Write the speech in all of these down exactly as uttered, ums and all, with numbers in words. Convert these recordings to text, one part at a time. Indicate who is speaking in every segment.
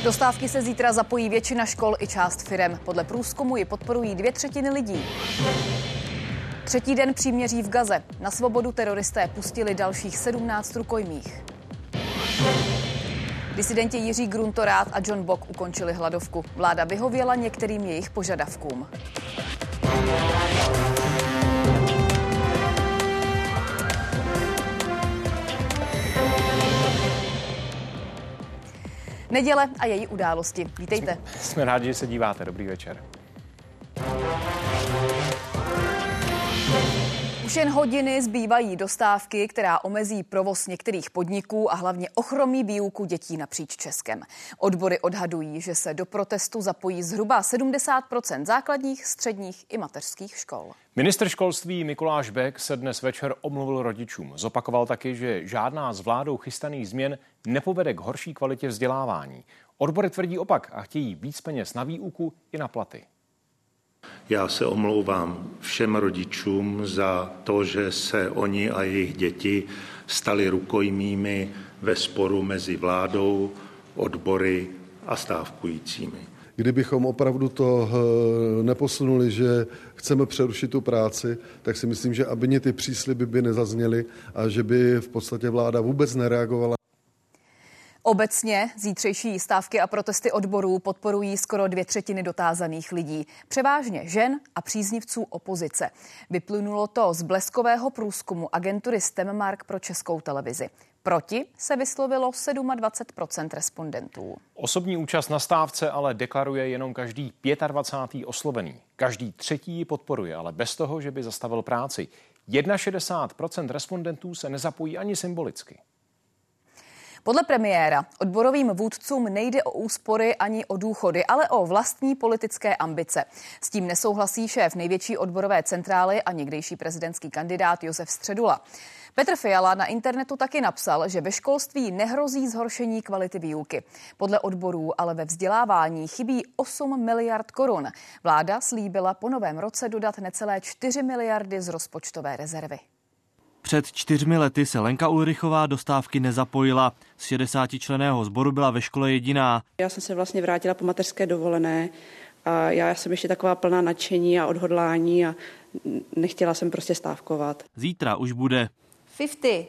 Speaker 1: Do stávky se zítra zapojí většina škol i část firem. Podle průzkumu ji podporují dvě třetiny lidí. Třetí den příměří v Gaze. Na svobodu teroristé pustili dalších sedmnáct rukojmích. Disidenti Jiří Gruntorát a John Bock ukončili hladovku. Vláda vyhověla některým jejich požadavkům. Neděle a její události. Vítejte.
Speaker 2: Jsme, jsme rádi, že se díváte. Dobrý večer.
Speaker 1: Už jen hodiny zbývají do stávky, která omezí provoz některých podniků a hlavně ochromí výuku dětí napříč Českem. Odbory odhadují, že se do protestu zapojí zhruba sedmdesát procent základních, středních i mateřských škol.
Speaker 2: Ministr školství Mikuláš Bek se dnes večer omluvil rodičům. Zopakoval taky, že žádná z vládou chystaných změn nepovede k horší kvalitě vzdělávání. Odbory tvrdí opak a chtějí víc peněz na výuku i na platy.
Speaker 3: Já se omlouvám všem rodičům za to, že se oni a jejich děti stali rukojmími ve sporu mezi vládou, odbory a stávkujícími.
Speaker 4: Kdybychom opravdu to neposunuli, že chceme přerušit tu práci, tak si myslím, že aby ty přísliby by nezazněly a že by v podstatě vláda vůbec nereagovala.
Speaker 1: Obecně zítřejší stávky a protesty odborů podporují skoro dvě třetiny dotázaných lidí, převážně žen a příznivců opozice. Vyplynulo to z bleskového průzkumu agentury STEMmark pro Českou televizi. Proti se vyslovilo dvacet sedm procent respondentů.
Speaker 2: Osobní účast na stávce ale deklaruje jenom každý dvacátý pátý oslovený. Každý třetí ji podporuje, ale bez toho, že by zastavil práci. šedesát jedna procent respondentů se nezapojí ani symbolicky.
Speaker 1: Podle premiéra odborovým vůdcům nejde o úspory ani o důchody, ale o vlastní politické ambice. S tím nesouhlasí šéf největší odborové centrály a někdejší prezidentský kandidát Josef Středula. Petr Fiala na internetu taky napsal, že ve školství nehrozí zhoršení kvality výuky. Podle odborů ale ve vzdělávání chybí osm miliard korun. Vláda slíbila po novém roce dodat necelé čtyři miliardy z rozpočtové rezervy.
Speaker 5: Před čtyřmi lety se Lenka Ulrichová do stávky nezapojila. Z šedesátičlenného sboru byla ve škole jediná.
Speaker 6: Já jsem se vlastně vrátila po mateřské dovolené a já jsem ještě taková plná nadšení a odhodlání a nechtěla jsem prostě stávkovat.
Speaker 5: Zítra už bude.
Speaker 1: padesát.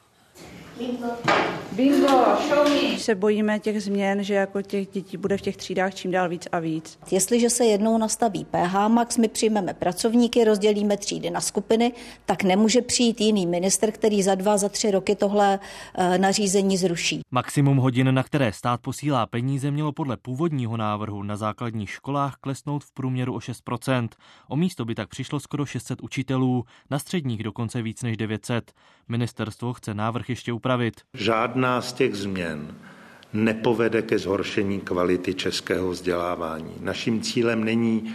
Speaker 6: Bingo. Bingo, show me. Se bojíme těch změn, že jako těch dětí bude v těch třídách čím dál víc a víc.
Speaker 7: Jestliže se jednou nastaví P H max, my přijmeme pracovníky, rozdělíme třídy na skupiny, tak nemůže přijít jiný ministr, který za dva, za tři roky tohle e, nařízení zruší.
Speaker 5: Maximum hodin, na které stát posílá peníze, mělo podle původního návrhu na základních školách klesnout v průměru o šest procent. O místo by tak přišlo skoro šest set učitelů, na středních dokonce víc než devět set. Ministerstvo chce návrh ještě upravit.
Speaker 3: Žádná z těch změn nepovede ke zhoršení kvality českého vzdělávání. Naším cílem není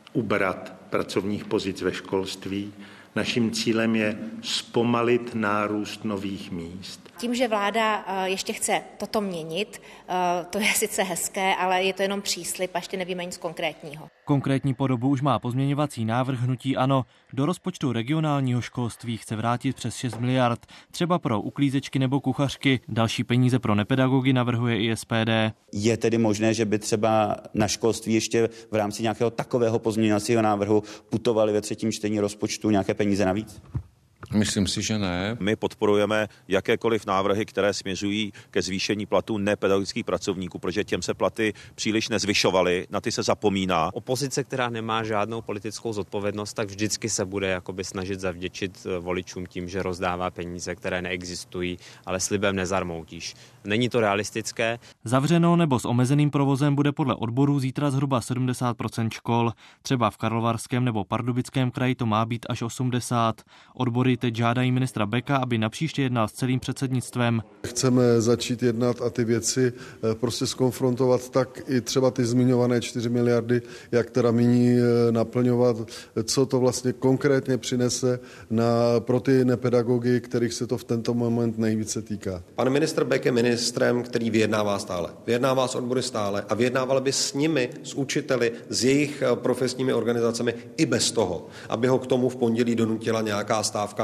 Speaker 3: ubrat pracovních pozic ve školství. Naším cílem je zpomalit nárůst nových míst.
Speaker 8: Tím, že vláda ještě chce toto měnit, to je sice hezké, ale je to jenom příslib a ještě nevíme nic konkrétního.
Speaker 5: Konkrétní podobu už má pozměňovací návrh hnutí ANO. Do rozpočtu regionálního školství chce vrátit přes šest miliard, třeba pro uklízečky nebo kuchařky. Další peníze pro nepedagogy navrhuje i S P D.
Speaker 9: Je tedy možné, že by třeba na školství ještě v rámci nějakého takového pozměňovacího návrhu putovaly ve třetím čtení rozpočtu nějaké peníze navíc?
Speaker 10: Myslím si, že ne.
Speaker 11: My podporujeme jakékoliv návrhy, které směřují ke zvýšení platů nepedagogických pracovníků, protože těm se platy příliš nezvyšovaly, na ty se zapomíná.
Speaker 12: Opozice, která nemá žádnou politickou zodpovědnost, tak vždycky se bude jakoby snažit zavděčit voličům tím, že rozdává peníze, které neexistují, ale slibem nezarmoutíš. Není to realistické.
Speaker 5: Zavřeno nebo s omezeným provozem bude podle odborů zítra zhruba sedmdesát procent škol. Třeba v Karlovarském nebo Pardubickém kraji to má být až osmdesát. Odbory teď žádají ministra Beka, aby napříště jednal s celým předsednictvem.
Speaker 4: Chceme začít jednat a ty věci prostě skonfrontovat tak i třeba ty zmiňované čtyři miliardy, jak teda míní naplňovat, co to vlastně konkrétně přinese na, pro ty nepedagogy, kterých se to v tento moment nejvíce týká.
Speaker 13: Pan ministr Bek je ministrem, který vyjednává stále. Vyjednává s odbory stále a vyjednával by s nimi, s učiteli, s jejich profesními organizacemi i bez toho, aby ho k tomu v pondělí donutila nějaká stávka,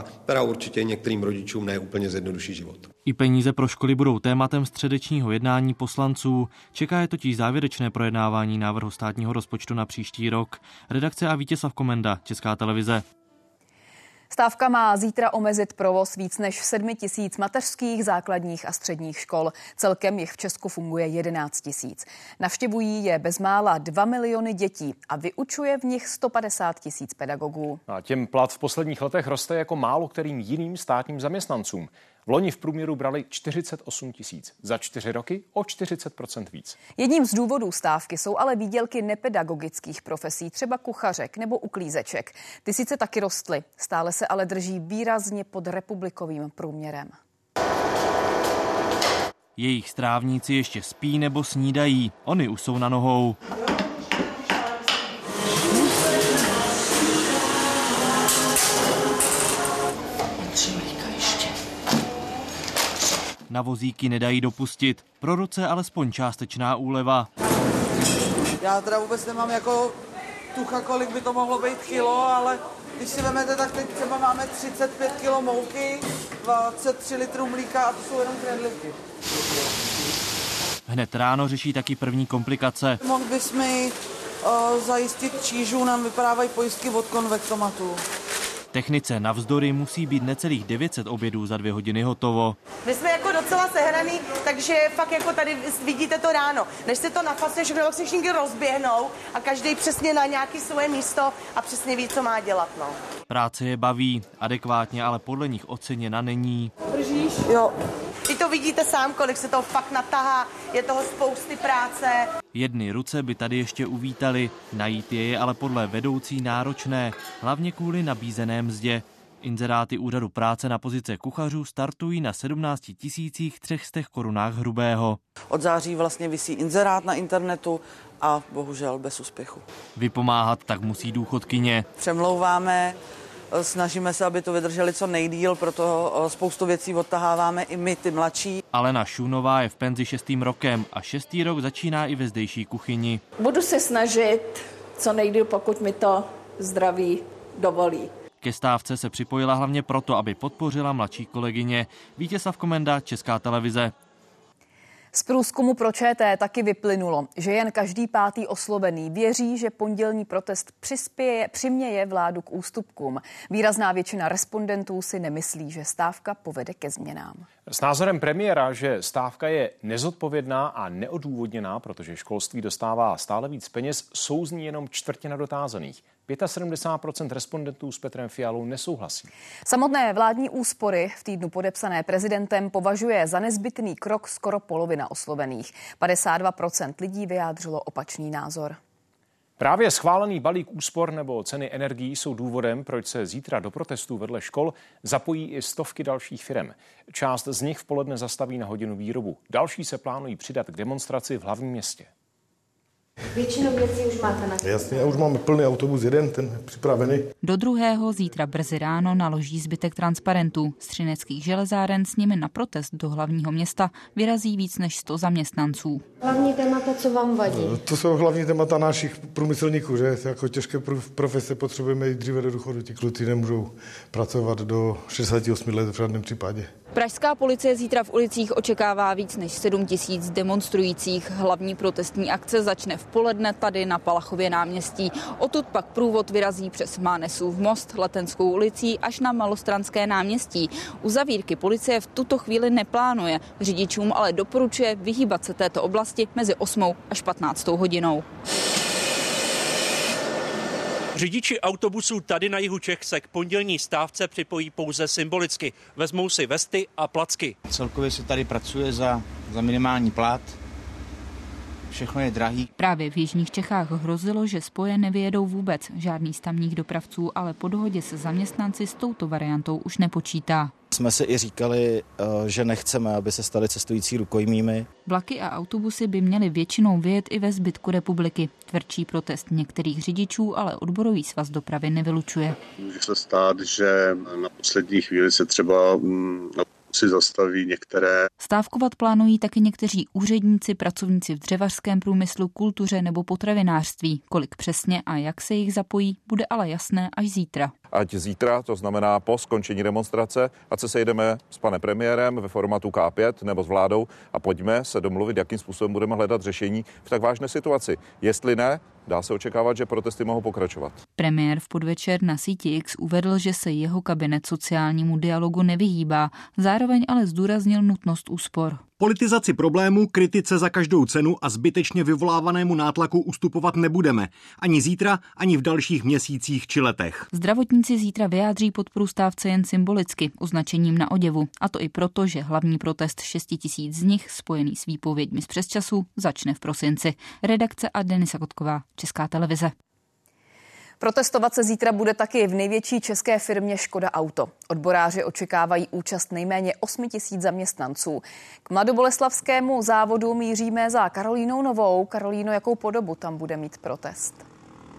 Speaker 13: která určitě některým rodičům ne úplně zjednoduší život.
Speaker 5: I peníze pro školy budou tématem středečního jednání poslanců. Čeká je totiž závěrečné projednávání návrhu státního rozpočtu na příští rok. Redakce a Vítězslav Komenda, Česká televize.
Speaker 1: Stávka má zítra omezit provoz víc než sedmi tisíc mateřských, základních a středních škol. Celkem jich v Česku funguje jedenáct tisíc. Navštěvují je bezmála dva miliony dětí a vyučuje v nich sto padesát tisíc pedagogů.
Speaker 2: A těm plat v posledních letech roste jako málo kterým jiným státním zaměstnancům. V loni v průměru brali čtyřicet osm tisíc. Za čtyři roky o čtyřicet procent víc.
Speaker 1: Jedním z důvodů stávky jsou ale výdělky nepedagogických profesí, třeba kuchařek nebo uklízeček. Ty sice taky rostly, stále se ale drží výrazně pod republikovým průměrem.
Speaker 5: Jejich strávníci ještě spí nebo snídají. Oni už jsou na nohou. Na vozíky nedají dopustit. Pro ruce alespoň částečná úleva.
Speaker 14: Já teda vůbec nemám jako tucha, kolik by to mohlo být kilo, ale když si vezmete, tak teď třeba máme třicet pět kilo mouky, dvacet tři litrů mlíka a to jsou jenom knedlíky.
Speaker 5: Hned ráno řeší taky první komplikace.
Speaker 14: Mohl bys mi uh, zajistit čížu, nám vypadávají pojistky od konvektomatu.
Speaker 5: Technice navzdory musí být necelých devět set obědů za dvě hodiny hotovo.
Speaker 15: My jsme jako docela sehraný, takže fakt jako tady vidíte to ráno. Než se to nafasuje, všechno tak se všichni rozběhnou a každý přesně na nějaké svoje místo a přesně ví, co má dělat. No.
Speaker 5: Práce je baví, adekvátně, ale podle nich oceněna není.
Speaker 15: Držíš? Jo. Vy to vidíte sám, kolik se toho fakt natahá, je toho spousty práce.
Speaker 5: Jedny ruce by tady ještě uvítali, najít je je ale podle vedoucí náročné, hlavně kvůli nabízené mzdě. Inzeráty úřadu práce na pozice kuchařů startují na sedmnáct tisíc tři sta korunách hrubého.
Speaker 14: Od září vlastně visí inzerát na internetu a bohužel bez úspěchu.
Speaker 5: Vypomáhat tak musí důchodkyně.
Speaker 14: Přemlouváme, snažíme se, aby to vydrželi co nejdýl, proto spoustu věcí odtaháváme i my, ty mladší.
Speaker 5: Alena Šunová je v penzi šestým rokem a šestý rok začíná i ve zdejší kuchyni.
Speaker 16: Budu se snažit co nejdýl, pokud mi to zdraví dovolí.
Speaker 5: Ke stávce se připojila hlavně proto, aby podpořila mladší kolegyně. Vítězslav Komenda, Česká televize.
Speaker 1: Z průzkumu pro ČT taky vyplynulo, že jen každý pátý oslovený věří, že pondělní protest přispěje, přiměje vládu k ústupkům. Výrazná většina respondentů si nemyslí, že stávka povede ke změnám.
Speaker 2: S názorem premiéra, že stávka je nezodpovědná a neodůvodněná, protože školství dostává stále víc peněz, souzní jenom čtvrtina dotázaných. sedmdesát pět procent respondentů s Petrem Fialou nesouhlasí.
Speaker 1: Samotné vládní úspory v týdnu podepsané prezidentem považuje za nezbytný krok skoro polovina oslovených. padesát dva procent lidí vyjádřilo opačný názor.
Speaker 2: Právě schválený balík úspor nebo ceny energií jsou důvodem, proč se zítra do protestů vedle škol zapojí i stovky dalších firem. Část z nich v poledne zastaví na hodinu výrobu. Další se plánují přidat k demonstraci v hlavním městě.
Speaker 17: Většinu věcí už máte na.
Speaker 18: Jasně, já už máme plný autobus, jeden, ten připravený.
Speaker 19: Do druhého zítra brzy ráno naloží zbytek transparentů. Z třineckých železáren s nimi na protest do hlavního města vyrazí víc než sto zaměstnanců.
Speaker 17: Hlavní témata, co vám vadí?
Speaker 18: To jsou hlavní témata našich průmyslníků, že jako těžké profese potřebujeme jít dříve do důchodu. Ti kluci nemůžou pracovat do šedesáti osmi let v žádném případě.
Speaker 19: Pražská policie zítra v ulicích očekává víc než sedm tisíc demonstrujících. Hlavní protestní akce začne v poledne tady na Palachově náměstí. Odtud pak průvod vyrazí přes Mánesův most, Letenskou ulicí až na Malostranské náměstí. Uzavírky policie v tuto chvíli neplánuje. Řidičům ale doporučuje vyhýbat se této oblasti mezi osmou až patnáctou hodinou.
Speaker 20: Řidiči autobusů tady na jihu Čech se k pondělní stávce připojí pouze symbolicky. Vezmou si vesty a placky.
Speaker 21: Celkově se tady pracuje za, za minimální plat. Všechno je drahý.
Speaker 19: Právě v jižních Čechách hrozilo, že spoje nevyjedou vůbec. Žádný z tamních dopravců ale po dohodě se zaměstnanci s touto variantou už nepočítá.
Speaker 21: Jsme si i říkali, že nechceme, aby se stali cestující rukojmími.
Speaker 19: Vlaky a autobusy by měly většinou vyjet i ve zbytku republiky. Tvrdší protest některých řidičů ale odborový svaz dopravy nevylučuje.
Speaker 22: Může se stát, že na poslední chvíli se třeba si zastaví některé.
Speaker 19: Stávkovat plánují taky někteří úředníci, pracovníci v dřevařském průmyslu, kultuře nebo potravinářství. Kolik přesně a jak se jich zapojí, bude ale jasné až zítra.
Speaker 6: Ať zítra, to znamená po skončení demonstrace, ať se sejdeme s panem premiérem ve formátu K pět nebo s vládou a pojďme se domluvit, jakým způsobem budeme hledat řešení v tak vážné situaci. Jestli ne, dá se očekávat, že protesty mohou pokračovat.
Speaker 19: Premiér v podvečer na síti X uvedl, že se jeho kabinet sociálnímu dialogu nevyhýbá, zároveň ale zdůraznil nutnost úspor.
Speaker 7: Politizaci problému, kritice za každou cenu a zbytečně vyvolávanému nátlaku ustupovat nebudeme. Ani zítra, ani v dalších měsících či letech.
Speaker 19: Zdravotníci zítra vyjádří podporu stávce jen symbolicky, označením na oděvu. A to i proto, že hlavní protest šesti tisíc z nich, spojený s výpověďmi z přesčasu, začne v prosinci. Redakce a Denisa Kotková, Česká televize.
Speaker 1: Protestovat se zítra bude taky v největší české firmě Škoda Auto. Odboráři očekávají účast nejméně osmi tisíc zaměstnanců. K mladoboleslavskému závodu míříme za Karolínou Novou. Karolíno, jakou podobu tam bude mít protest?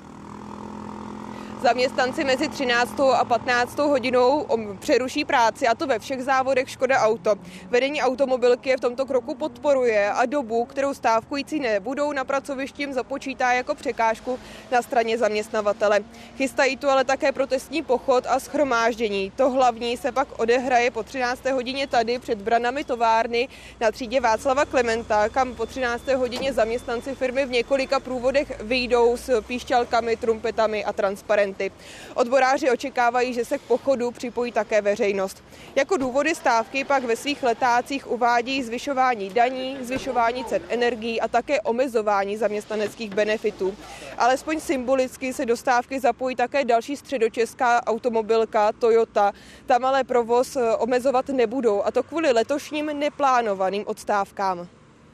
Speaker 23: Zaměstnanci mezi třináctou a patnáctou hodinou přeruší práci, a to ve všech závodech Škoda Auto. Vedení automobilky je v tomto kroku podporuje a dobu, kterou stávkující nebudou na pracovišti, započítá jako překážku na straně zaměstnavatele. Chystají tu ale také protestní pochod a shromáždění. To hlavní se pak odehraje po třinácté hodině tady před branami továrny na třídě Václava Klementa, kam po třinácté hodině zaměstnanci firmy v několika průvodech vyjdou s píšťalkami, trumpetami a transparenty. Odboráři očekávají, že se k pochodu připojí také veřejnost. Jako důvody stávky pak ve svých letácích uvádí zvyšování daní, zvyšování cen energií a také omezování zaměstnaneckých benefitů. Alespoň symbolicky se do stávky zapojí také další středočeská automobilka Toyota. Tam ale provoz omezovat nebudou, a to kvůli letošním neplánovaným odstávkám.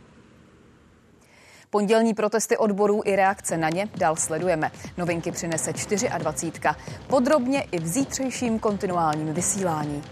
Speaker 1: Pondělní protesty odborů i reakce na ně dál sledujeme. Novinky přinese dvacet čtyři. Podrobně i v zítřejším kontinuálním vysílání.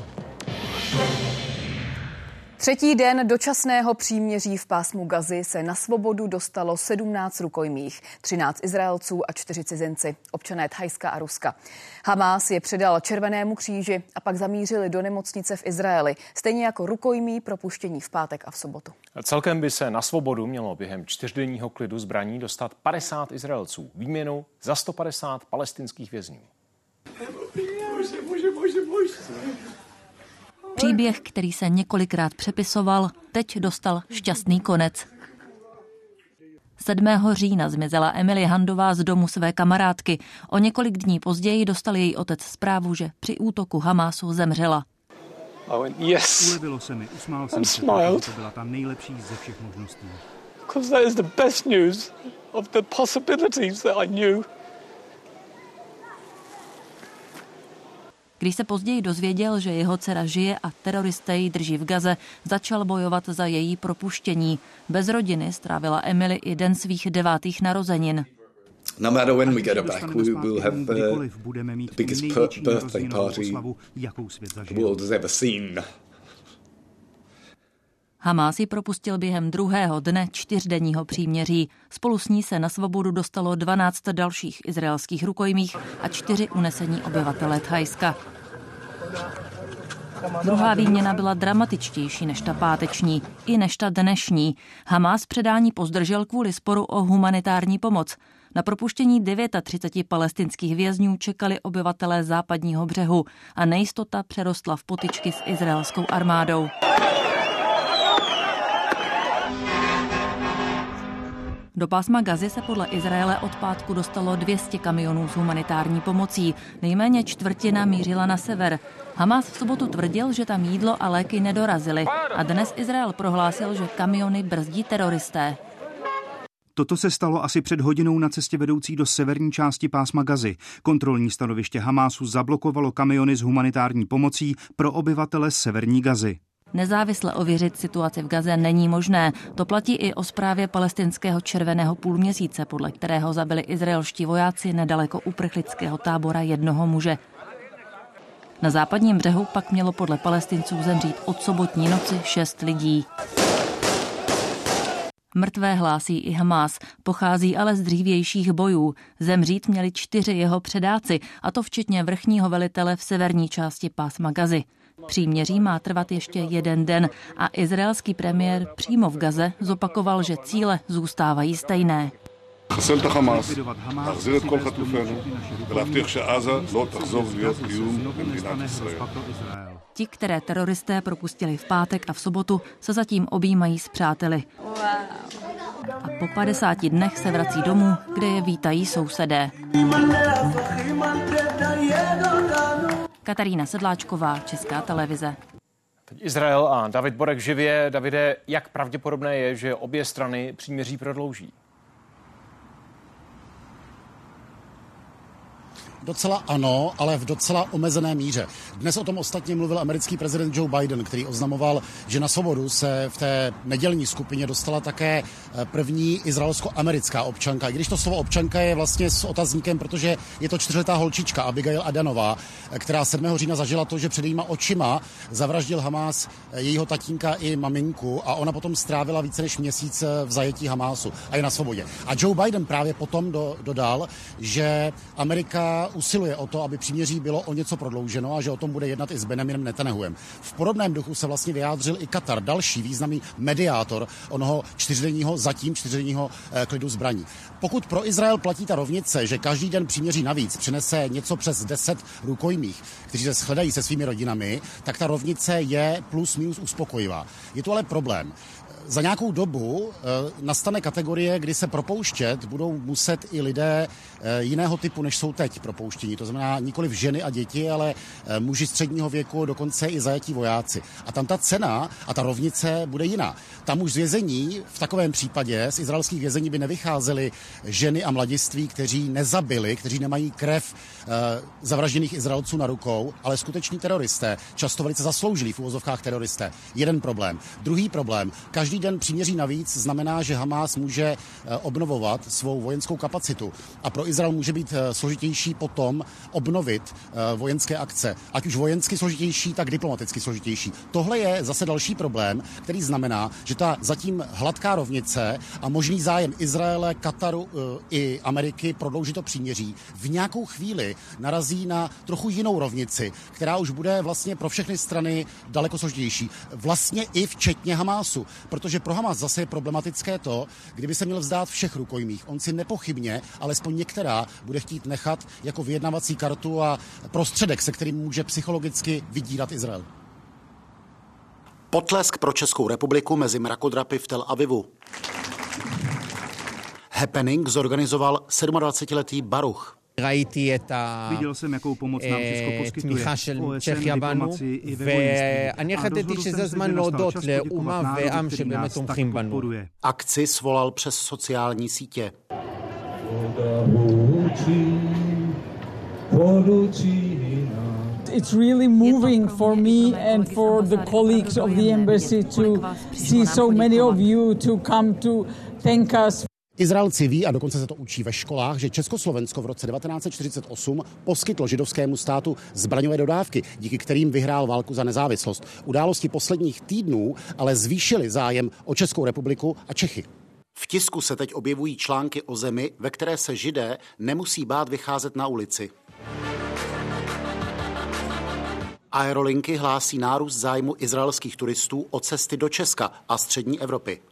Speaker 1: Třetí den dočasného příměří v pásmu Gazy se na svobodu dostalo sedmnáct rukojmích, třináct Izraelců a čtyři cizinci, občané Thajska a Ruska. Hamás je předal Červenému kříži a pak zamířili do nemocnice v Izraeli, stejně jako rukojmí propuštění v pátek a v sobotu.
Speaker 2: Celkem by se na svobodu mělo během čtyřdenního klidu zbraní dostat padesát Izraelců, výměnou za sto padesát palestinských vězňů.
Speaker 24: Bože, bože, bože, bože.
Speaker 25: Příběh, který se několikrát přepisoval, teď dostal šťastný konec. sedmého října zmizela Emily Handová z domu své kamarádky. O několik dní později dostal její otec zprávu, že při útoku Hamásu zemřela.
Speaker 24: Yes.
Speaker 26: Ulevilo se mi, usmál jsem se, to byla ta nejlepší ze všech možností.
Speaker 24: Because that is the best news of the possibilities that I knew.
Speaker 25: Když se později dozvěděl, že jeho dcera žije a teroristé ji drží v Gaze, začal bojovat za její propuštění. Bez rodiny strávila Emily i den svých devátých narozenin.
Speaker 27: No matter when we get back, we will have the biggest birthday party the world has ever seen.
Speaker 25: Hamás ji propustil během druhého dne čtyřdenního příměří. Spolu s ní se na svobodu dostalo dvanáct dalších izraelských rukojmích a čtyři unesení obyvatelé Thajska. Druhá výměna byla dramatičtější než ta páteční, i než ta dnešní. Hamás předání pozdržel kvůli sporu o humanitární pomoc. Na propuštění třicet devět palestinských vězňů čekali obyvatelé západního břehu a nejistota přerostla v potyčky s izraelskou armádou. Do pásma Gazy se podle Izraele od pátku dostalo dvě stě kamionů s humanitární pomocí. Nejméně čtvrtina mířila na sever. Hamás v sobotu tvrdil, že tam jídlo a léky nedorazily. A dnes Izrael prohlásil, že kamiony brzdí teroristé.
Speaker 26: Toto se stalo asi před hodinou na cestě vedoucí do severní části pásma Gazy. Kontrolní stanoviště Hamásu zablokovalo kamiony s humanitární pomocí pro obyvatele severní Gazy.
Speaker 25: Nezávisle ověřit situaci v Gaze není možné. To platí i o zprávě palestinského červeného půlměsíce, podle kterého zabili izraelští vojáci nedaleko uprchlického tábora jednoho muže. Na západním břehu pak mělo podle Palestinců zemřít od sobotní noci šest lidí. Mrtvé hlásí i Hamás, pochází ale z dřívějších bojů. Zemřít měli čtyři jeho předáci, a to včetně vrchního velitele v severní části pásma Gazy. Příměří má trvat ještě jeden den a izraelský premiér přímo v Gaze zopakoval, že cíle zůstávají stejné.
Speaker 3: לחסל את החמאס, להחזיר את כל חטופינו ולהבטיח שעזה לא תחזור להיות איום למדינת ישראל.
Speaker 25: Ti, které teroristé propustili v pátek a v sobotu, se zatím objímají s přáteli. A po padesáti dnech se vrací domů, kde je vítají sousedé. Katarína Sedláčková, Česká televize.
Speaker 2: Teď Izrael a David Borek živě. Davide, jak pravděpodobné je, že obě strany příměří prodlouží?
Speaker 4: Docela ano, ale v docela omezené míře. Dnes o tom ostatně mluvil americký prezident Joe Biden, který oznamoval, že na svobodu se v té nedělní skupině dostala také první izraelsko-americká občanka. I když to slovo občanka je vlastně s otazníkem, protože je to čtyřletá holčička Abigail Adanová, která sedmého října zažila to, že před jejíma očima zavraždil Hamás jejího tatínka i maminku a ona potom strávila více než měsíc v zajetí Hamásu a je na svobodě. A Joe Biden právě potom do, dodal, že Amerika usiluje o to, aby příměří bylo o něco prodlouženo a že o tom bude jednat i s Benjaminem Netanyahuem. V podobném duchu se vlastně vyjádřil i Katar, další významný mediátor onoho čtyřdenního, zatím čtyřdenního eh, klidu zbraní. Pokud pro Izrael platí ta rovnice, že každý den příměří navíc přinese něco přes deset rukojmích, kteří se shledají se svými rodinami, tak ta rovnice je plus minus uspokojivá. Je tu ale problém. Za nějakou dobu e, nastane kategorie, kdy se propouštět budou muset i lidé e, jiného typu, než jsou teď propouštění. To znamená nikoliv ženy a děti, ale e, muži středního věku, dokonce i zajetí vojáci. A tam ta cena a ta rovnice bude jiná. Tam už z vězení, v takovém případě z izraelských vězení by nevycházely ženy a mladiství, kteří nezabili, kteří nemají krev e, zavražděných Izraelců na rukou, ale skuteční teroristé, často velice zasloužilí v uvozovkách teroristé. Jeden problém. Druhý problém. Každý den příměří navíc znamená, že Hamás může obnovovat svou vojenskou kapacitu a pro Izrael může být složitější potom obnovit vojenské akce. Ať už vojensky složitější, tak diplomaticky složitější. Tohle je zase další problém, který znamená, že ta zatím hladká rovnice a možný zájem Izraele, Kataru i Ameriky prodloužit to příměří v nějakou chvíli narazí na trochu jinou rovnici, která už bude vlastně pro všechny strany daleko složitější. Vlastně i včetně Hamásu, protože pro Hamás zase je problematické to, kdyby se měl vzdát všech rukojmích. On si nepochybně, alespoň některá, bude chtít nechat jako vyjednavací kartu a prostředek, se kterým může psychologicky vydírat Izrael.
Speaker 8: Potlesk pro Českou republiku mezi mrakodrapy v Tel Avivu. Happening zorganizoval sedmadvacetiletý Baruch.
Speaker 26: Viděl jsem, jakou pomoc nám Česko poskytuje. O S N, diplomaci ve vojenství. A rozhodl jsem se dostat čas poděkovat národu, který nás tak podporuje.
Speaker 8: Akci svolal přes sociální sítě.
Speaker 9: It's really moving for me and for the colleagues of the embassy to see so many of you to come to thank us.
Speaker 4: Izraelci ví, a dokonce se to učí ve školách, že Československo v roce devatenáct set čtyřicet osm poskytlo židovskému státu zbraňové dodávky, díky kterým vyhrál válku za nezávislost. Události posledních týdnů ale zvýšily zájem o Českou republiku a Čechy.
Speaker 8: V tisku se teď objevují články o zemi, ve které se Židé nemusí bát vycházet na ulici. Aerolinky hlásí nárůst zájmu izraelských turistů o cesty do Česka a střední Evropy.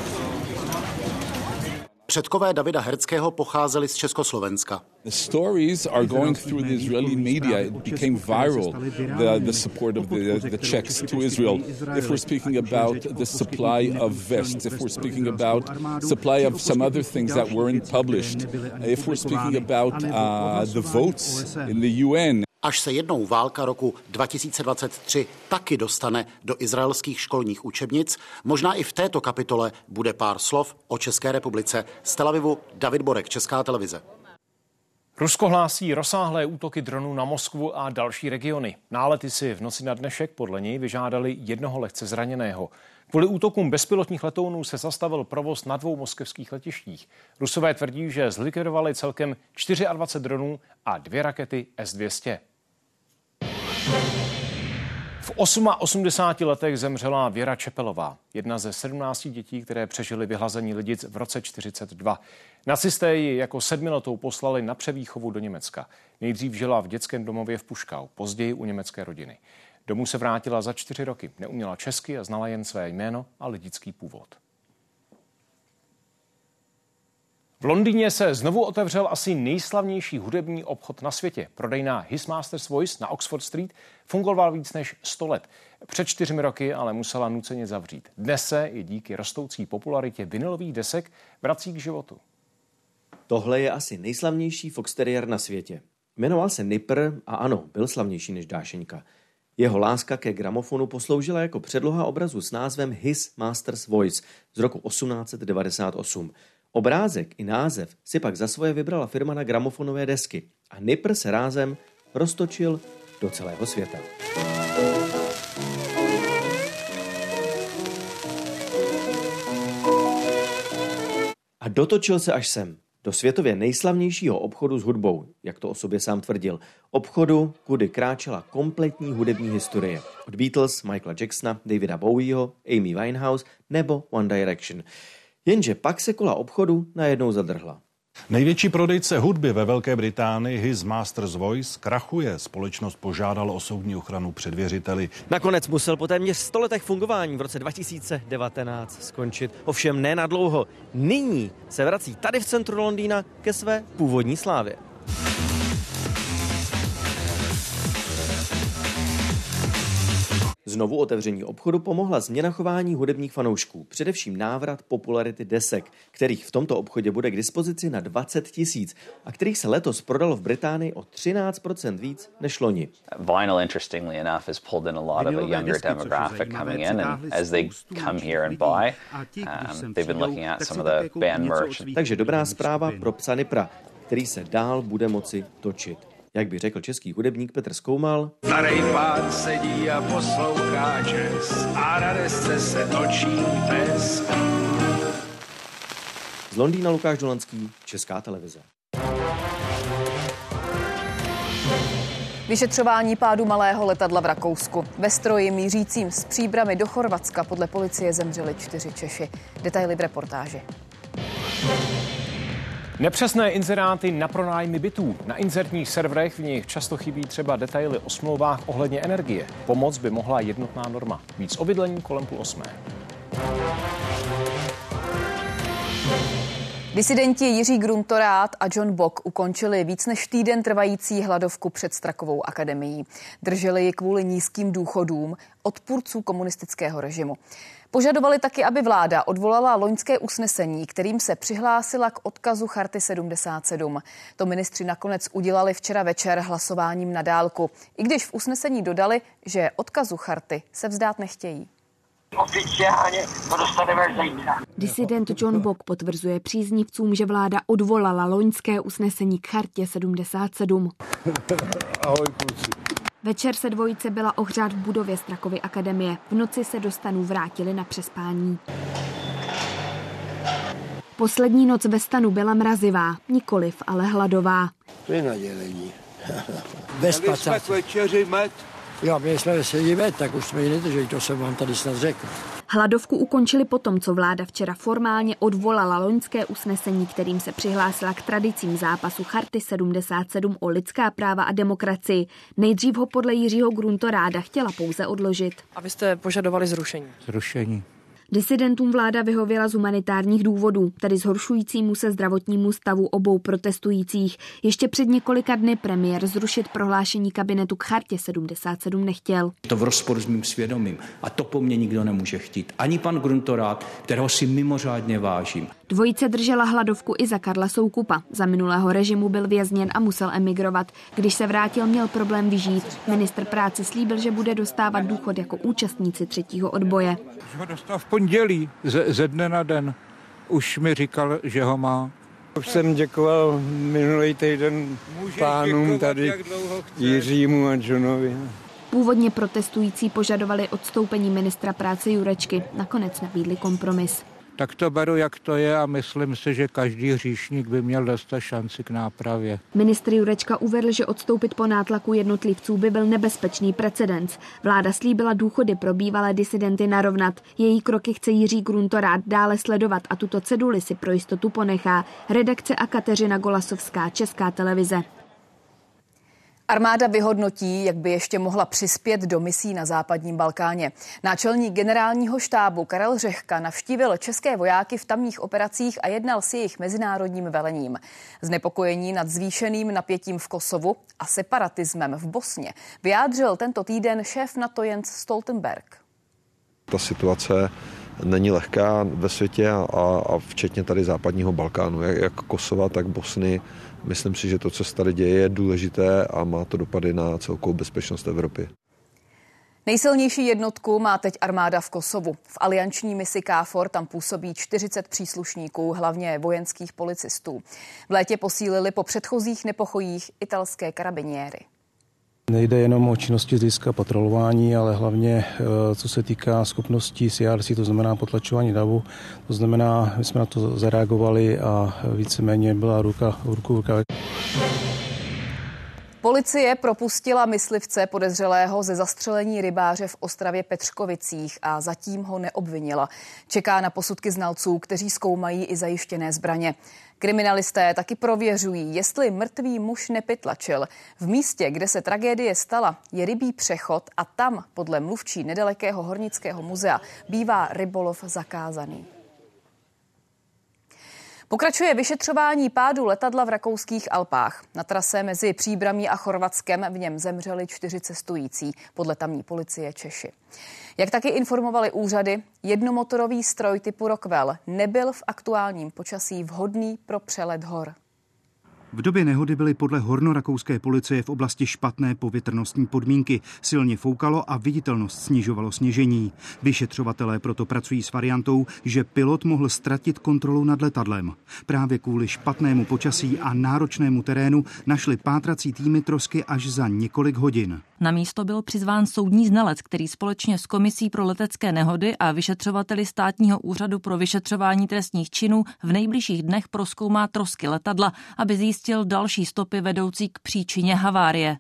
Speaker 8: Předkové Davida Herckého pocházeli z Československa.
Speaker 10: The stories are going through the Israeli media. It became viral, the, the support of the, the Czechs to Israel. If we're speaking about the supply of vests, if we're speaking about supply of some other things that weren't published, if we're speaking about uh, the votes in the U N.
Speaker 8: Až se jednou válka roku dva tisíce dvacet tři taky dostane do izraelských školních učebnic, možná i v této kapitole bude pár slov o České republice. Z Tel Avivu David Borek, Česká televize.
Speaker 2: Rusko hlásí rozsáhlé útoky dronů na Moskvu a další regiony. Nálety si v noci na dnešek podle něj vyžádali jednoho lehce zraněného. Kvůli útokům bezpilotních letounů se zastavil provoz na dvou moskevských letištích. Rusové tvrdí, že zlikvidovali celkem dvacet čtyři dronů a dvě rakety S dvě stě. V osmaosmdesáti letech zemřela Věra Čepelová, jedna ze sedmnácti dětí, které přežily vyhlazení lidic v roce čtyřicet dva. Nacisté ji jako sedmiletou poslali na převýchovu do Německa. Nejdřív žila v dětském domově v Puškau, později u německé rodiny. Domů se vrátila za čtyři roky, neuměla česky a znala jen své jméno a lidický původ. V Londýně se znovu otevřel asi nejslavnější hudební obchod na světě. Prodejna His Master's Voice na Oxford Street fungoval víc než sto let. Před čtyřmi roky ale musela nuceně zavřít. Dnes se i díky rostoucí popularitě vinylových desek vrací k životu.
Speaker 5: Tohle je asi nejslavnější fox terrier na světě. Jmenoval se Nipper a ano, byl slavnější než Dášeňka. Jeho láska ke gramofonu posloužila jako předloha obrazu s názvem His Master's Voice z roku osmnáct set devadesát osm. Obrázek i název si pak za svoje vybrala firma na gramofonové desky a Nipper se rázem roztočil do celého světa. A dotočil se až sem, do světově nejslavnějšího obchodu s hudbou, jak to o sobě sám tvrdil. Obchodu, kudy kráčela kompletní hudební historie. Od Beatles, Michaela Jacksona, Davida Bowieho, Amy Winehouse nebo One Direction. Jenže pak se kola obchodu najednou zadrhla.
Speaker 11: Největší prodejce hudby ve Velké Británii His Master's Voice krachuje. Společnost požádala o soudní ochranu před věřiteli.
Speaker 5: Nakonec musel po téměř sto letech fungování v roce dva tisíce devatenáct skončit. Ovšem ne na dlouho. Nyní se vrací tady v centru Londýna ke své původní slávě. Znovu otevření obchodu pomohla změna chování hudebních fanoušků, především návrat popularity desek, kterých v tomto obchodě bude k dispozici na dvacet tisíc a kterých se letos prodalo v Británii o třináct procent víc než loni.
Speaker 12: Vinyl, interestingly enough, has pulled in a lot of a younger demographic coming in, and as they come here and buy, um, they've been looking at some of the band merch.
Speaker 5: Takže dobrá zpráva pro psa Nippera, který se dál bude moci točit. Jak by řekl český hudebník Petr Zkoumal,
Speaker 13: starý pán sedí a poslouchá jazz a na desce se točí pes.
Speaker 5: Z Londýna Lukáš Dolanský, Česká televize.
Speaker 1: Vyšetřování pádu malého letadla v Rakousku. Ve stroji mířícím s Příbrami do Chorvatska podle policie zemřeli čtyři Češi. Detaily v reportáži.
Speaker 2: Nepřesné inzeráty na pronájmy bytů. Na inzertních serverech v nich často chybí třeba detaily o smlouvách ohledně energie. Pomoc by mohla jednotná norma. Víc o bydlení kolem půl osmé.
Speaker 1: Disidenti Jiří Gruntorát a John Bock ukončili víc než týden trvající hladovku před Strakovou akademií. Drželi ji kvůli nízkým důchodům odpůrců komunistického režimu. Požadovali taky, aby vláda odvolala loňské usnesení, kterým se přihlásila k odkazu Charty sedmdesát sedm. To ministři nakonec udělali včera večer hlasováním na dálku, i když v usnesení dodali, že odkazu Charty se vzdát nechtějí.
Speaker 14: Oficiálně to dostaneme zítra.
Speaker 15: Disident John Bock potvrzuje příznivcům, že vláda odvolala loňské usnesení k Chartě sedmdesát sedm.
Speaker 14: Ahoj kluci.
Speaker 15: Večer se dvojice byla ohřát v budově Strakovy akademie. V noci se do stanu vrátili na přespání. Poslední noc ve stanu byla mrazivá, nikoliv, ale hladová.
Speaker 14: Při nadělení.
Speaker 15: Bez
Speaker 14: Měli jsme k večeři med.
Speaker 15: Jo, my jsme sedí med, tak už jsme ji nedrželi, to jsem vám tady snad řekl. Hladovku ukončili potom, co vláda včera formálně odvolala loňské usnesení, kterým se přihlásila k tradicím zápasu Charty sedmdesát sedm o lidská práva a demokracii. Nejdřív ho podle Jiřího Gruntoráda chtěla pouze odložit.
Speaker 16: A vy jste požadovali zrušení?
Speaker 14: Zrušení.
Speaker 15: Disidentům vláda vyhověla z humanitárních důvodů, tedy zhoršujícímu se zdravotnímu stavu obou protestujících. Ještě před několika dny premiér zrušit prohlášení kabinetu k Chartě sedmdesát sedm nechtěl.
Speaker 28: To v rozporu s mým svědomím a to po mně nikdo nemůže chtít. Ani pan Gruntorát, kterého si mimořádně vážím.
Speaker 15: Dvojice držela hladovku i za Karla Soukupa. Za minulého režimu byl vězněn a musel emigrovat. Když se vrátil, měl problém vyžít. Ministr práce slíbil, že bude dostávat důchod jako účastníci třetího odboje.
Speaker 14: Už ho dostal v pondělí, ze, ze dne na den. Už mi říkal, že ho má.
Speaker 29: Už jsem děkoval minulý týden pánům tady, Jiřímu a Johnovi.
Speaker 15: Původně protestující požadovali odstoupení ministra práce Jurečky. Nakonec nabídli kompromis.
Speaker 14: Tak to beru, jak to je a myslím si, že každý hříšník by měl dostat šanci k nápravě.
Speaker 15: Ministr Jurečka uvedl, že odstoupit po nátlaku jednotlivců by byl nebezpečný precedens. Vláda slíbila důchody pro bývalé disidenty narovnat. Její kroky chce Jiří Gruntorát dále sledovat a tuto ceduli si pro jistotu ponechá. Redakce a Kateřina Golasovská, Česká televize.
Speaker 1: Armáda vyhodnotí, jak by ještě mohla přispět do misí na západním Balkáně. Náčelník generálního štábu Karel Řehka navštívil české vojáky v tamních operacích a jednal s jejich mezinárodním velením. Znepokojení nad zvýšeným napětím v Kosovu a separatismem v Bosně vyjádřil tento týden šéf NATO Jens Stoltenberg.
Speaker 6: Ta situace není lehká ve světě a, a včetně tady západního Balkánu, jak, jak Kosova, tak Bosny. Myslím si, že to, co se tady děje, je důležité a má to dopady na celkovou bezpečnost Evropy.
Speaker 1: Nejsilnější jednotku má teď armáda v Kosovu. V alianční misi KFOR tam působí čtyřicet příslušníků, hlavně vojenských policistů. V létě posílili po předchozích nepokojích italské karabiniéry.
Speaker 7: Nejde jenom o činnosti z hlediska patrolování, ale hlavně co se týká schopností C R C, to znamená potlačování davu. To znamená, my jsme na to zareagovali a víceméně byla ruka v ruku v ruka.
Speaker 1: Policie propustila myslivce podezřelého ze zastřelení rybáře v Ostravě Petřkovicích a zatím ho neobvinila. Čeká na posudky znalců, kteří zkoumají i zajištěné zbraně. Kriminalisté taky prověřují, jestli mrtvý muž nepytlačil. V místě, kde se tragédie stala, je rybí přechod a tam, podle mluvčí nedalekého hornického muzea, bývá rybolov zakázaný. Pokračuje vyšetřování pádu letadla v rakouských Alpách. Na trase mezi Příbramí a Chorvatskem v něm zemřeli čtyři cestující, podle tamní policie Češi. Jak taky informovali úřady, jednomotorový stroj typu Rockwell nebyl v aktuálním počasí vhodný pro přelet hor.
Speaker 26: V době nehody byly podle hornorakouské policie v oblasti špatné povětrnostní podmínky. Silně foukalo a viditelnost snižovalo sněžení. Vyšetřovatelé proto pracují s variantou, že pilot mohl ztratit kontrolu nad letadlem. Právě kvůli špatnému počasí a náročnému terénu našli pátrací týmy trosky až za několik hodin.
Speaker 25: Na místo byl přizván soudní znalec, který společně s Komisí pro letecké nehody a vyšetřovateli Státního úřadu pro vyšetřování trestních činů v nejbližších dnech prozkoumá trosky letadla, aby zjistil další stopy vedoucí k příčině havárie.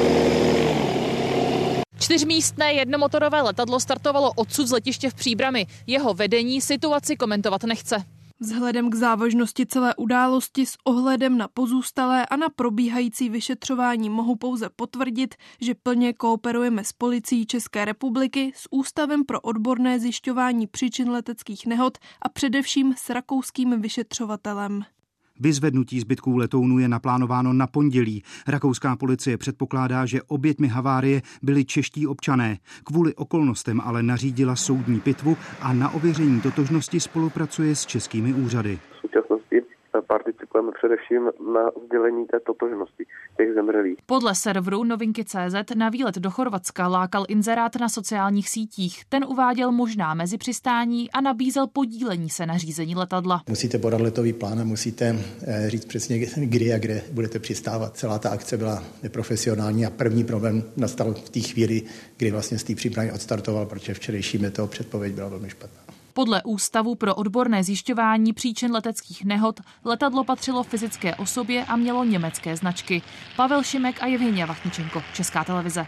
Speaker 17: Čtyřmístné jednomotorové letadlo startovalo odsud z letiště v Příbrami. Jeho vedení situaci komentovat nechce.
Speaker 18: Vzhledem k závažnosti celé události s ohledem na pozůstalé a na probíhající vyšetřování mohu pouze potvrdit, že plně kooperujeme s policií České republiky, s Ústavem pro odborné zjišťování příčin leteckých nehod a především s rakouským vyšetřovatelem.
Speaker 26: Vyzvednutí zbytků letounu je naplánováno na pondělí. Rakouská policie předpokládá, že oběťmi havárie byli čeští občané. Kvůli okolnostem ale nařídila soudní pitvu a na ověření totožnosti spolupracuje s českými úřady.
Speaker 19: V současnosti participujeme především na sdělení té totožnosti těch zemřelých.
Speaker 17: Podle serveru Novinky tečka cé zet na výlet do Chorvatska lákal inzerát na sociálních sítích. Ten uváděl možná mezipřistání a nabízel podílení se na řízení letadla.
Speaker 20: Musíte podat letový plán a musíte říct přesně, kdy a kde budete přistávat. Celá ta akce byla neprofesionální a první problém nastal v té chvíli, kdy vlastně z té přípravy odstartoval, protože včerejší meteo předpověď byla velmi špatná.
Speaker 17: Podle Ústavu pro odborné zjišťování příčin leteckých nehod letadlo patřilo fyzické osobě a mělo německé značky. Pavel Šimek a Jevgenia Vachničenko, Česká televize.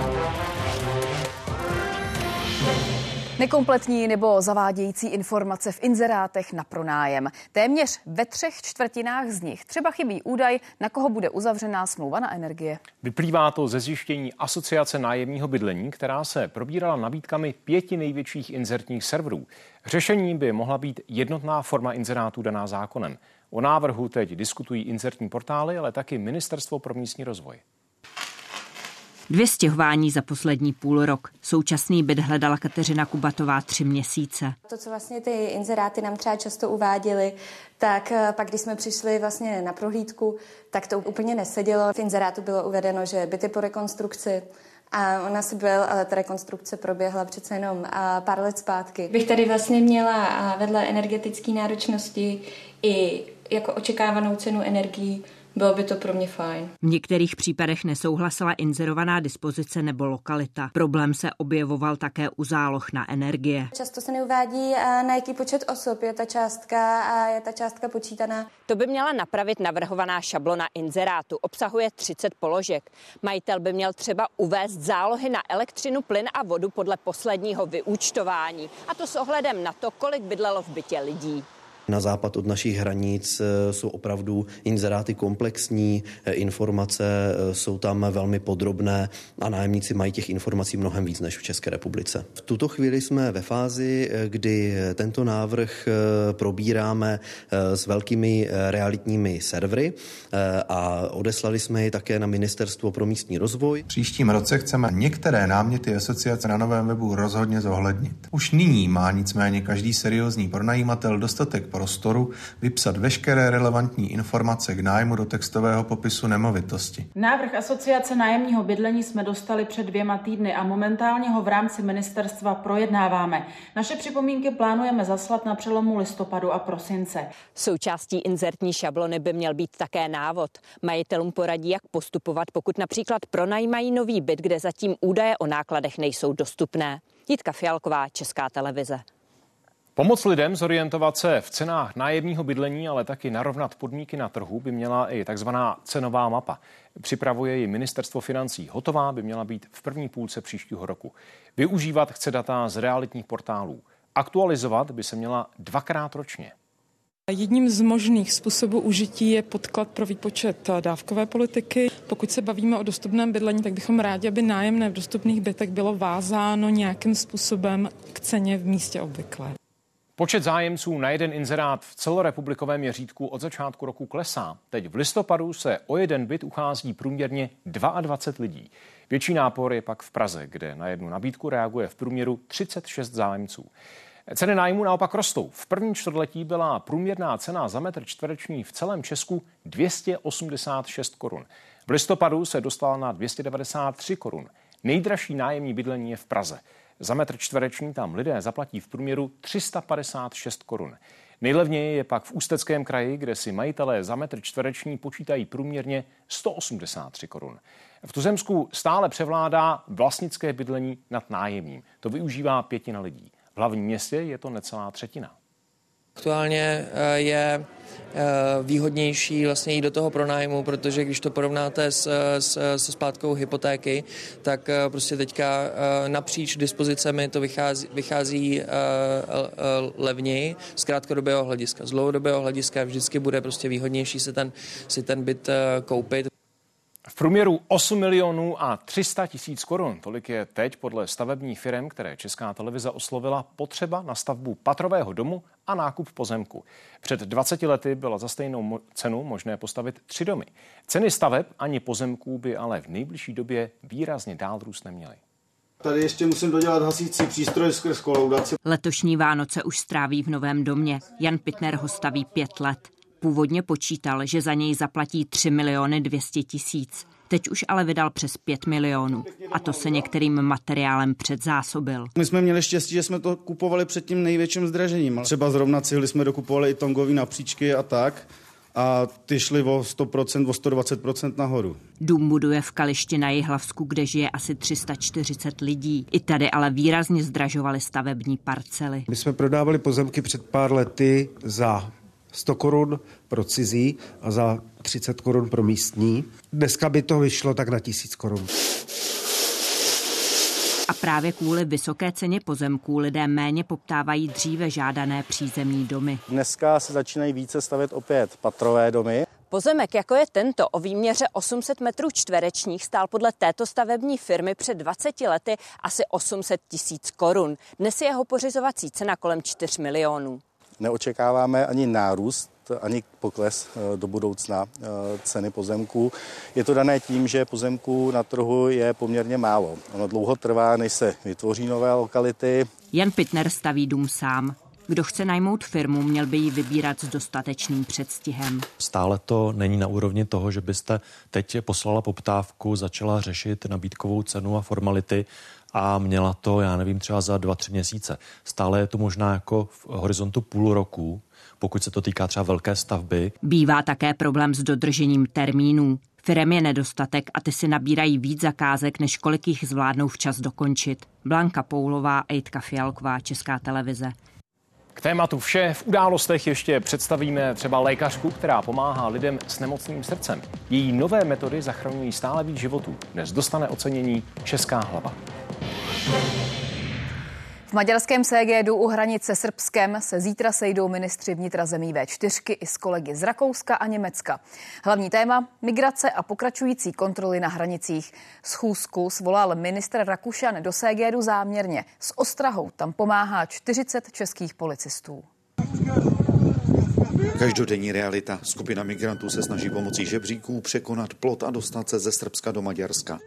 Speaker 1: Nekompletní nebo zavádějící informace v inzerátech na pronájem. Téměř ve třech čtvrtinách z nich třeba chybí údaj, na koho bude uzavřená smlouva na energie.
Speaker 2: Vyplývá to ze zjištění Asociace nájemního bydlení, která se probírala nabídkami pěti největších inzertních serverů. Řešením by mohla být jednotná forma inzerátů daná zákonem. O návrhu teď diskutují inzertní portály, ale taky Ministerstvo pro místní rozvoj.
Speaker 21: Dvě stěhování za poslední půl rok. Současný byt hledala Kateřina Kubatová tři měsíce.
Speaker 22: To, co vlastně ty inzeráty nám třeba často uváděly, tak pak, když jsme přišli vlastně na prohlídku, tak to úplně nesedělo. V inzerátu bylo uvedeno, že byty po rekonstrukci, a ona si byl, ale ta rekonstrukce proběhla přece jenom pár let zpátky. Bych tady vlastně měla vedle energetické náročnosti i jako očekávanou cenu energií. Bylo by to pro mě fajn.
Speaker 21: V některých případech nesouhlasila inzerovaná dispozice nebo lokalita. Problém se objevoval také u záloh na energie.
Speaker 22: Často se neuvádí, na jaký počet osob je ta částka a je ta částka počítaná.
Speaker 23: To by měla napravit navrhovaná šablona inzerátu. Obsahuje třicet položek. Majitel by měl třeba uvést zálohy na elektřinu, plyn a vodu podle posledního vyúčtování. A to s ohledem na to, kolik bydlelo v bytě lidí.
Speaker 3: Na západ od našich hranic jsou opravdu inzeráty komplexní, informace jsou tam velmi podrobné a nájemníci mají těch informací mnohem víc než v České republice. V tuto chvíli jsme ve fázi, kdy tento návrh probíráme s velkými realitními servery a odeslali jsme ji také na Ministerstvo pro místní rozvoj.
Speaker 4: V příštím roce chceme některé náměty asociace na novém webu rozhodně zohlednit. Už nyní má nicméně každý seriózní pronajímatel dostatek prostoru vypsat veškeré relevantní informace k nájmu do textového popisu nemovitosti.
Speaker 8: Návrh asociace nájemního bydlení jsme dostali před dvěma týdny a momentálně ho v rámci ministerstva projednáváme. Naše připomínky plánujeme zaslat na přelomu listopadu a prosince.
Speaker 23: Součástí inzertní šablony by měl být také návod. Majitelům poradí, jak postupovat, pokud například pronajímají nový byt, kde zatím údaje o nákladech nejsou dostupné. Jitka Fialková, Česká televize.
Speaker 2: Pomoc lidem zorientovat se v cenách nájemního bydlení, ale taky narovnat podmínky na trhu by měla i takzvaná cenová mapa. Připravuje ji Ministerstvo financí. Hotová by měla být v první půlce příštího roku. Využívat chce data z realitních portálů. Aktualizovat by se měla dvakrát ročně.
Speaker 9: Jedním z možných způsobů užití je podklad pro výpočet dávkové politiky. Pokud se bavíme o dostupném bydlení, tak bychom rádi, aby nájemné v dostupných bytech bylo vázáno nějakým způsobem k ceně v místě obvyklé.
Speaker 2: Počet zájemců na jeden inzerát v celorepublikovém měřítku od začátku roku klesá. Teď v listopadu se o jeden byt uchází průměrně dvacet dva lidí. Větší nápor je pak v Praze, kde na jednu nabídku reaguje v průměru třicet šest zájemců. Ceny nájmu naopak rostou. V prvním čtvrtletí byla průměrná cena za metr čtvereční v celém Česku dvě stě osmdesát šest korun. V listopadu se dostala na dvě stě devadesát tři korun. Nejdražší nájemní bydlení je v Praze. Za metr čtvereční tam lidé zaplatí v průměru tři sta padesát šest korun. Nejlevněji je pak v Ústeckém kraji, kde si majitelé za metr čtvereční počítají průměrně sto osmdesát tři korun. V Tuzemsku stále převládá vlastnické bydlení nad nájemním. To využívá pětina lidí. V hlavním městě je to necelá třetina.
Speaker 10: Aktuálně je výhodnější vlastně jít do toho pronájmu, protože když to porovnáte s, s, se splátkou hypotéky, tak prostě teďka napříč dispozicemi to vychází, vychází levněji z krátkodobého hlediska. Z dlouhodobého hlediska vždycky bude prostě výhodnější si ten, si ten byt koupit.
Speaker 2: V průměru osm milionů a tři sta tisíc korun. Tolik je teď podle stavebních firem, které Česká televize oslovila, potřeba na stavbu patrového domu a nákup pozemku. Před dvaceti lety bylo za stejnou cenu možné postavit tři domy. Ceny staveb ani pozemků by ale v nejbližší době výrazně dál růst neměly.
Speaker 11: Tady ještě musím dodělat hasící přístroj skrz kolaudaci.
Speaker 21: Letošní Vánoce už stráví v novém domě. Jan Pitner ho staví pět let. Původně počítal, že za něj zaplatí tři miliony dvě stě tisíc. Teď už ale vydal přes pět milionů. A to se některým materiálem předzásobil.
Speaker 11: My jsme měli štěstí, že jsme to kupovali před tím největším zdražením. Třeba zrovna cihly jsme dokupovali i tongový napříčky a tak. A ty šly o sto procent, o sto dvacet procent nahoru.
Speaker 21: Dům buduje v Kališti na Jihlavsku, kde žije asi tři sta čtyřicet lidí. I tady ale výrazně zdražovaly stavební parcely.
Speaker 12: My jsme prodávali pozemky před pár lety za sto korun pro cizí a za třicet korun pro místní. Dneska by to vyšlo tak na tisíc korun.
Speaker 21: A právě kvůli vysoké ceně pozemků lidé méně poptávají dříve žádané přízemní domy.
Speaker 24: Dneska se začínají více stavět opět patrové domy.
Speaker 23: Pozemek, jako je tento, o výměře osm set metrů čtverečních, stál podle této stavební firmy před dvaceti lety asi osm set tisíc korun. Dnes je jeho pořizovací cena kolem čtyř milionů.
Speaker 24: Neočekáváme ani nárůst, ani pokles do budoucna ceny pozemků. Je to dané tím, že pozemků na trhu je poměrně málo. Ono dlouho trvá, než se vytvoří nové lokality.
Speaker 21: Jan Pitner staví dům sám. Kdo chce najmout firmu, měl by ji vybírat s dostatečným předstihem.
Speaker 27: Stále to není na úrovni toho, že byste teď poslala poptávku, začala řešit nabídkovou cenu a formality a měla to, já nevím, třeba za dva, tři měsíce. Stále je to možná jako v horizontu půl roku, pokud se to týká třeba velké stavby.
Speaker 21: Bývá také problém s dodržením termínů. Firem je nedostatek a ty si nabírají víc zakázek, než kolik jich zvládnou včas dokončit. Blanka Poulová a Jitka Fialková, Česká televize.
Speaker 2: K tématu vše. V událostech ještě představíme třeba lékařku, která pomáhá lidem s nemocným srdcem. Její nové metody zachraňují stále víc životů. Dnes dostane ocenění Česká hlava.
Speaker 1: V maďarském Szegedy u hranice se Srbskem se zítra sejdou ministři vnitra zemí vé čtyři i s kolegy z Rakouska a Německa. Hlavní téma migrace a pokračující kontroly na hranicích. Schůzku svolal ministr Rakušan do Szegedy záměrně. S ostrahou tam pomáhá čtyřicet českých policistů.
Speaker 5: Každodenní realita. Skupina migrantů se snaží pomocí žebříků překonat plot a dostat se ze Srbska do Maďarska.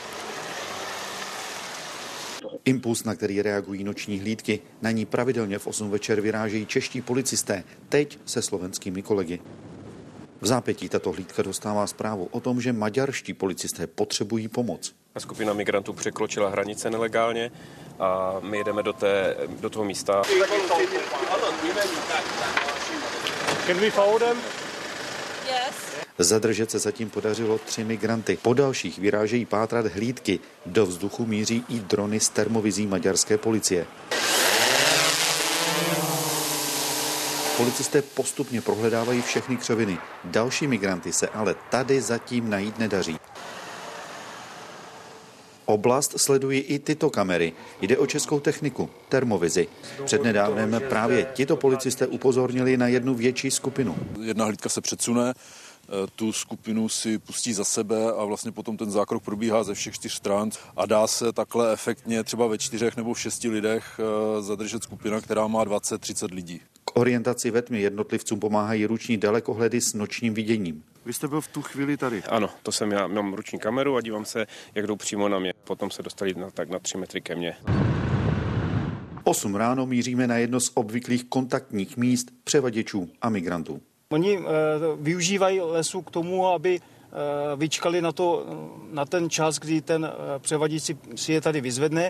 Speaker 5: Impuls, na který reagují noční hlídky, na ní pravidelně v osm večer vyrážejí čeští policisté, teď se slovenskými kolegy. V zápětí tato hlídka dostává zprávu o tom, že maďarští policisté potřebují pomoc.
Speaker 6: Skupina migrantů překročila hranice nelegálně a my jedeme do, té, do toho místa.
Speaker 7: Can we follow them?
Speaker 5: Yes. Zadržet se zatím podařilo tři migranty. Po dalších vyrážejí pátrat hlídky. Do vzduchu míří i drony s termovizí maďarské policie. Policisté postupně prohledávají všechny křoviny. Další migranty se ale tady zatím najít nedaří. Oblast sledují i tyto kamery. Jde o českou techniku, termovizi. Přednedávnem právě tito policisté upozornili na jednu větší skupinu.
Speaker 13: Jedna hlídka se předsune, tu skupinu si pustí za sebe a vlastně potom ten zákrok probíhá ze všech čtyř stran a dá se takhle efektně třeba ve čtyřech nebo v šesti lidech zadržet skupina, která má dvacet třicet lidí.
Speaker 5: K orientaci ve tmě jednotlivcům pomáhají ruční dalekohledy s nočním viděním.
Speaker 13: Vy jste byl v tu chvíli tady?
Speaker 6: Ano, to jsem já, mám ruční kameru a dívám se, jak jdou přímo na mě. Potom se dostali na, tak na tři metry ke mně.
Speaker 5: osm ráno míříme na jedno z obvyklých kontaktních míst převaděčů a migrantů.
Speaker 7: Oni e, využívají lesů k tomu, aby e, vyčkali na, to, na ten čas, kdy ten e, převaděč si, si je tady vyzvedne.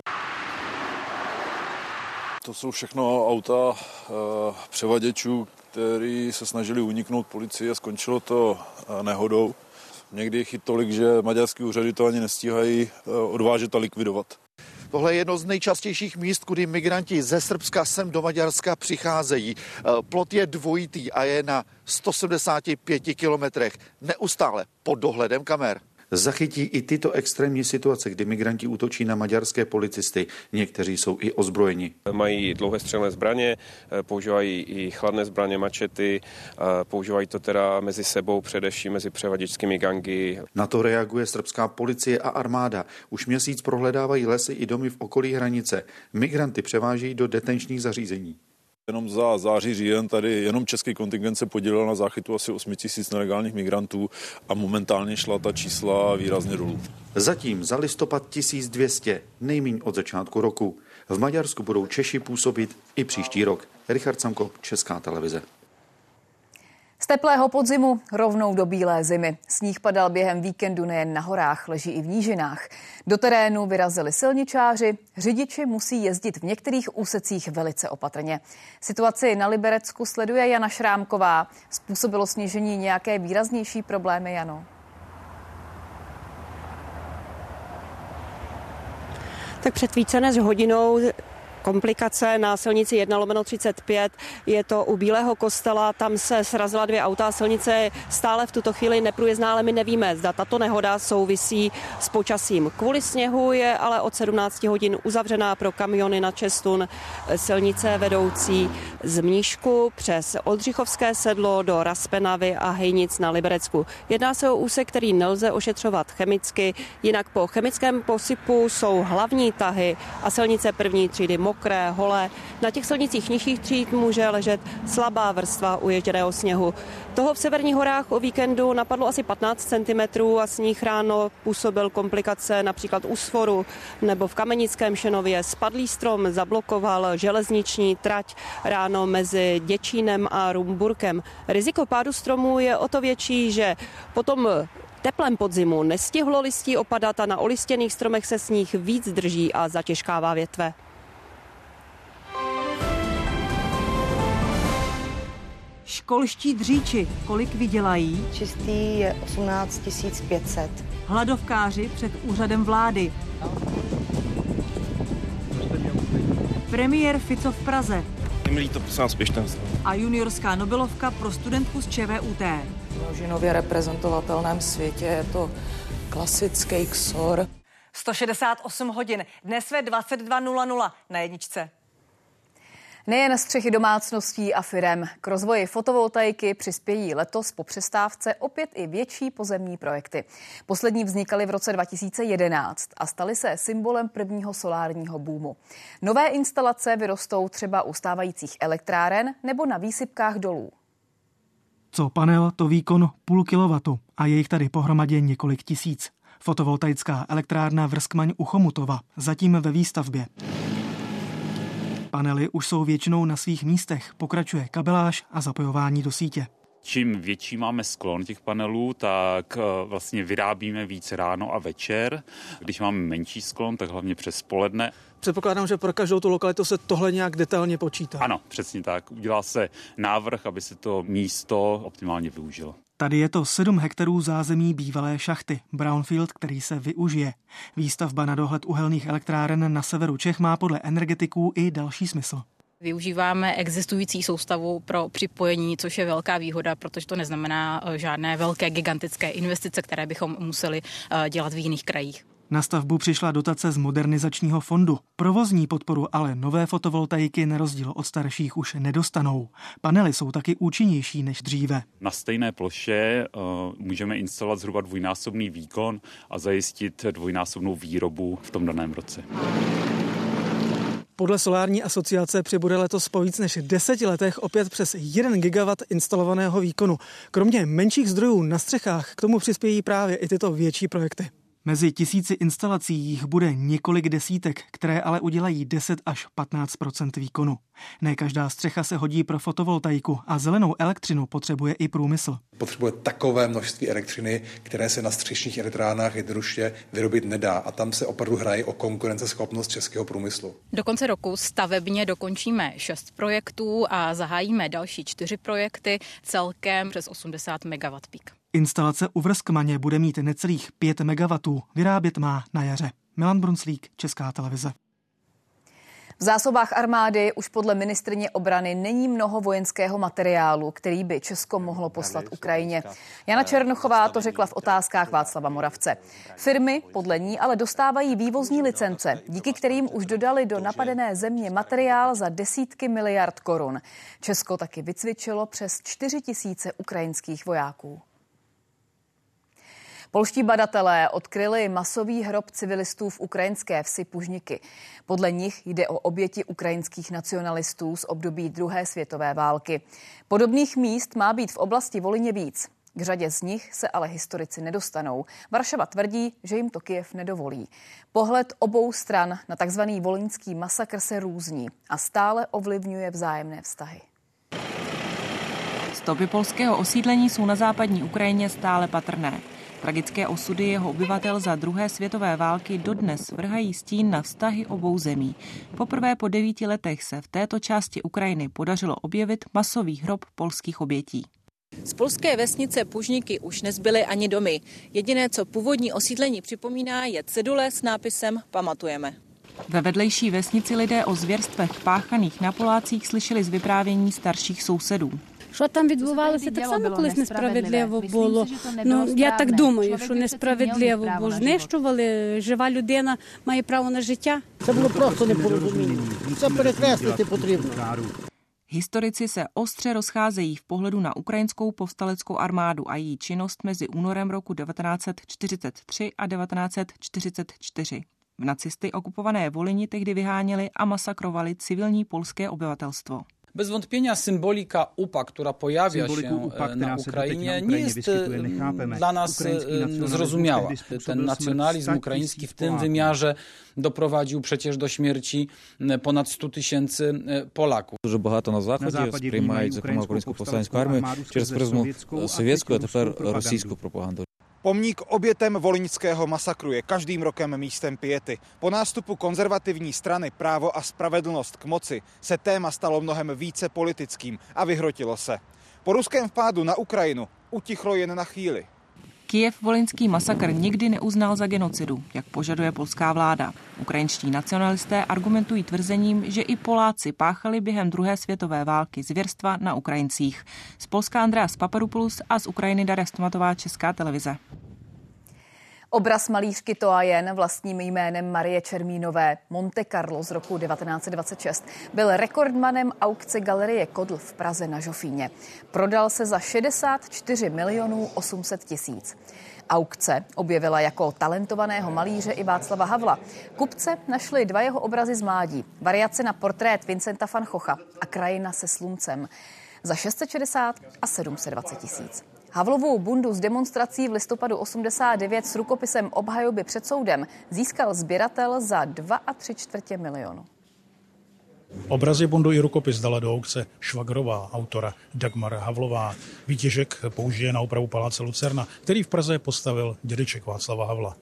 Speaker 13: To jsou všechno auta e, převaděčů, kteří se snažili uniknout policii a skončilo to nehodou. Někdy je chyt tolik, že maďarský úřady to ani nestíhají odvážet a likvidovat.
Speaker 5: Tohle je jedno z nejčastějších míst, kudy migranti ze Srbska sem do Maďarska přicházejí. Plot je dvojitý a je na sto sedmdesáti pěti kilometrech. Neustále pod dohledem kamer. Zachytí i tyto extrémní situace, kdy migranti útočí na maďarské policisty. Někteří jsou i ozbrojeni.
Speaker 6: Mají dlouhé střelné zbraně, používají i chladné zbraně, mačety, používají to teda mezi sebou, především mezi převaděčskými gangy.
Speaker 5: Na to reaguje srbská policie a armáda. Už měsíc prohledávají lesy i domy v okolí hranice. Migranty převážejí do detenčních zařízení.
Speaker 13: Jenom za září říjen tady jenom český kontingent se podílel na záchytu asi osm tisíc nelegálních migrantů a momentálně šla ta čísla výrazně dolů.
Speaker 5: Zatím za listopad tisíc dvě stě, nejméně od začátku roku. V Maďarsku budou Češi působit i příští rok. Richard Samko, Česká televize.
Speaker 1: Z teplého podzimu rovnou do bílé zimy. Sníh padal během víkendu nejen na horách, leží i v nížinách. Do terénu vyrazili silničáři, řidiči musí jezdit v některých úsecích velice opatrně. Situaci na Liberecku sleduje Jana Šrámková. Způsobilo sněžení nějaké výraznější problémy, Jano?
Speaker 14: Tak před více než hodinou komplikace na silnici jedna lomeno třicet pět, je to u Bílého kostela, tam se srazila dvě auta, silnice je stále v tuto chvíli neprůjezdná, ale my nevíme, zda tato nehoda souvisí s počasím. Kvůli sněhu je ale od sedmnácti hodin uzavřená pro kamiony na Čestun silnice vedoucí z Mníšku přes Oldřichovské sedlo do Raspenavy a Hejnic na Liberecku. Jedná se o úsek, který nelze ošetřovat chemicky, jinak po chemickém posypu jsou hlavní tahy a silnice první třídy mokré, holé. Na těch silnicích nižších tříd může ležet slabá vrstva uježděného sněhu. Toho v severních horách o víkendu napadlo asi patnáct centimetrů a sníh ráno působil komplikace například u Sforu nebo v Kamenickém Šenově. Spadlý strom zablokoval železniční trať ráno mezi Děčínem a Rumburkem. Riziko pádu stromů je o to větší, že potom teplém podzimu nestihlo listí opadat a na olistěných stromech se sníh víc drží a zatěžkává větve.
Speaker 15: Školští dříči, kolik vydělají?
Speaker 16: Čistý je osmnáct tisíc pět set.
Speaker 15: Hladovkáři před úřadem vlády. Premiér Fico v Praze.
Speaker 6: Milí to, prosím vás, běžte.
Speaker 15: A juniorská Nobelovka pro studentku z ČVUT.
Speaker 28: V množinově reprezentovatelném světě je to klasický ksor.
Speaker 15: sto šedesát osm hodin, dnes ve dvacet dva nula nula na jedničce.
Speaker 1: Nejen střechy domácností a firem. K rozvoji fotovoltaiky přispějí letos po přestávce opět i větší pozemní projekty. Poslední vznikaly v roce dva tisíce jedenáct a staly se symbolem prvního solárního boomu. Nové instalace vyrostou třeba u stávajících elektráren nebo na výsypkách dolů.
Speaker 3: Co panel, to výkon půl kilowatu a je jich tady pohromadě několik tisíc. Fotovoltaická elektrárna Vrskmaň u Chomutova, zatím ve výstavbě. Panely už jsou většinou na svých místech, pokračuje kabeláž a zapojování do sítě.
Speaker 17: Čím větší máme sklon těch panelů, tak vlastně vyrábíme víc ráno a večer. Když máme menší sklon, tak hlavně přes poledne.
Speaker 3: Předpokládám, že pro každou tu lokalitu se tohle nějak detailně počítá.
Speaker 17: Ano, přesně tak. Udělá se návrh, aby se to místo optimálně využilo.
Speaker 3: Tady je to sedm hektarů zázemí bývalé šachty, brownfield, který se využije. Výstavba na dohled uhelných elektráren na severu Čech má podle energetiků i další smysl.
Speaker 18: Využíváme existující soustavu pro připojení, což je velká výhoda, protože to neznamená žádné velké gigantické investice, které bychom museli dělat v jiných krajích.
Speaker 3: Na stavbu přišla dotace z modernizačního fondu. Provozní podporu ale nové fotovoltaiky na rozdíl od starších už nedostanou. Panely jsou taky účinnější než dříve.
Speaker 17: Na stejné ploše uh, můžeme instalovat zhruba dvojnásobný výkon a zajistit dvojnásobnou výrobu v tom daném roce.
Speaker 3: Podle Solární asociace přibude letos po víc než deseti letech opět přes jeden gigawatt instalovaného výkonu. Kromě menších zdrojů na střechách k tomu přispějí právě i tyto větší projekty. Mezi tisíci instalací jich bude několik desítek, které ale udělají deset až patnáct procent výkonu. Ne každá střecha se hodí pro fotovoltaiku a zelenou elektřinu potřebuje i průmysl.
Speaker 19: Potřebuje takové množství elektřiny, které se na střešních elektrárnách jednoduše vyrobit nedá a tam se opravdu hraje o konkurenceschopnost českého průmyslu.
Speaker 18: Do konce roku stavebně dokončíme šest projektů a zahájíme další čtyři projekty, celkem přes osmdesát megawattů pík.
Speaker 3: Instalace u Vrskmaně bude mít necelých pět megawattů, vyrábět má na jaře. Milan Brunslík, Česká televize.
Speaker 1: V zásobách armády už podle ministryně obrany není mnoho vojenského materiálu, který by Česko mohlo poslat Ukrajině. Jana Černochová to řekla v Otázkách Václava Moravce. Firmy podle ní ale dostávají vývozní licence, díky kterým už dodali do napadené země materiál za desítky miliard korun. Česko taky vycvičilo přes čtyři tisíce ukrajinských vojáků. Polští badatelé odkryli masový hrob civilistů v ukrajinské vsi Pužniky. Podle nich jde o oběti ukrajinských nacionalistů z období druhé světové války. Podobných míst má být v oblasti Volyně víc. K řadě z nich se ale historici nedostanou. Varšava tvrdí, že jim to Kyjev nedovolí. Pohled obou stran na takzvaný volyňský masakr se různí a stále ovlivňuje vzájemné vztahy.
Speaker 21: Stopy polského osídlení jsou na západní Ukrajině stále patrné. Tragické osudy jeho obyvatel za druhé světové války dodnes vrhají stín na vztahy obou zemí. Poprvé po devíti letech se v této části Ukrajiny podařilo objevit masový hrob polských obětí.
Speaker 20: Z polské vesnice Pužniky už nezbyly ani domy. Jediné, co původní osídlení připomíná, je cedule s nápisem Pamatujeme.
Speaker 21: Ve vedlejší vesnici lidé o zvěrstvech páchaných na Polácích slyšeli z vyprávění starších sousedů.
Speaker 22: Що там відбувалося, так само колись несправедливо було. Ну, я так думаю, що несправедливо, бо знищували, жива людина має право на життя.
Speaker 25: Це було просто непорозуміння. Це перекреслити потрібно.
Speaker 21: Historici se ostře rozcházejí v pohledu na ukrajinskou povstaleckou armádu a její činnost mezi únorem roku devatenáct set čtyřicet tři a devatenáct set čtyřicet čtyři. V nacisty okupované Volyni tehdy vyháněli a masakrovali civilní polské obyvatelstvo.
Speaker 26: Bez wątpienia symbolika U P A, która pojawia się
Speaker 25: U P A,
Speaker 26: na Ukrainie, nie jest dla nas zrozumiała. Ten nacjonalizm ukraiński w tym wymiarze doprowadził przecież do śmierci ponad sto tysięcy Polaków.
Speaker 29: Дуже багато на Заході сприймають, зокрема, українську повстанську армію через призму совєтську, а тепер російську пропаганду.
Speaker 30: Pomník obětem volyňského masakru je každým rokem místem piety. Po nástupu konzervativní strany Právo a spravedlnost k moci se téma stalo mnohem více politickým a vyhrotilo se. Po ruském vpádu na Ukrajinu utichlo jen na chvíli.
Speaker 21: Kyjev volyňský masakr nikdy neuznal za genocidu, jak požaduje polská vláda. Ukrajinští nacionalisté argumentují tvrzením, že i Poláci páchali během druhé světové války zvěrstva na Ukrajincích. Z Polska Andreas Papadopoulos a z Ukrajiny Daria Stomatová, Česká televize.
Speaker 1: Obraz malířky Toa Jen vlastním jménem Marie Čermínové Monte Carlo z roku devatenáct set dvacet šest byl rekordmanem aukce Galerie Kodl v Praze na Žofíně. Prodal se za šedesát čtyři milionů osm set tisíc. Aukce objevila jako talentovaného malíře i Václava Havla. Kupce našli dva jeho obrazy z mládí, variace na portrét Vincenta van Gogha a krajina se sluncem za šest set šedesát a sedm set dvacet tisíc. Havlovu bundu z demonstrací v listopadu osmdesát devět s rukopisem obhajoby před soudem získal sběratel za dva a tři čtvrtě milionu.
Speaker 2: Obrazy, bundu i rukopis dala do aukce švagrová autora Dagmar Havlová. Výtěžek použije na opravu paláce Lucerna, který v Praze postavil dědeček Václava Havla.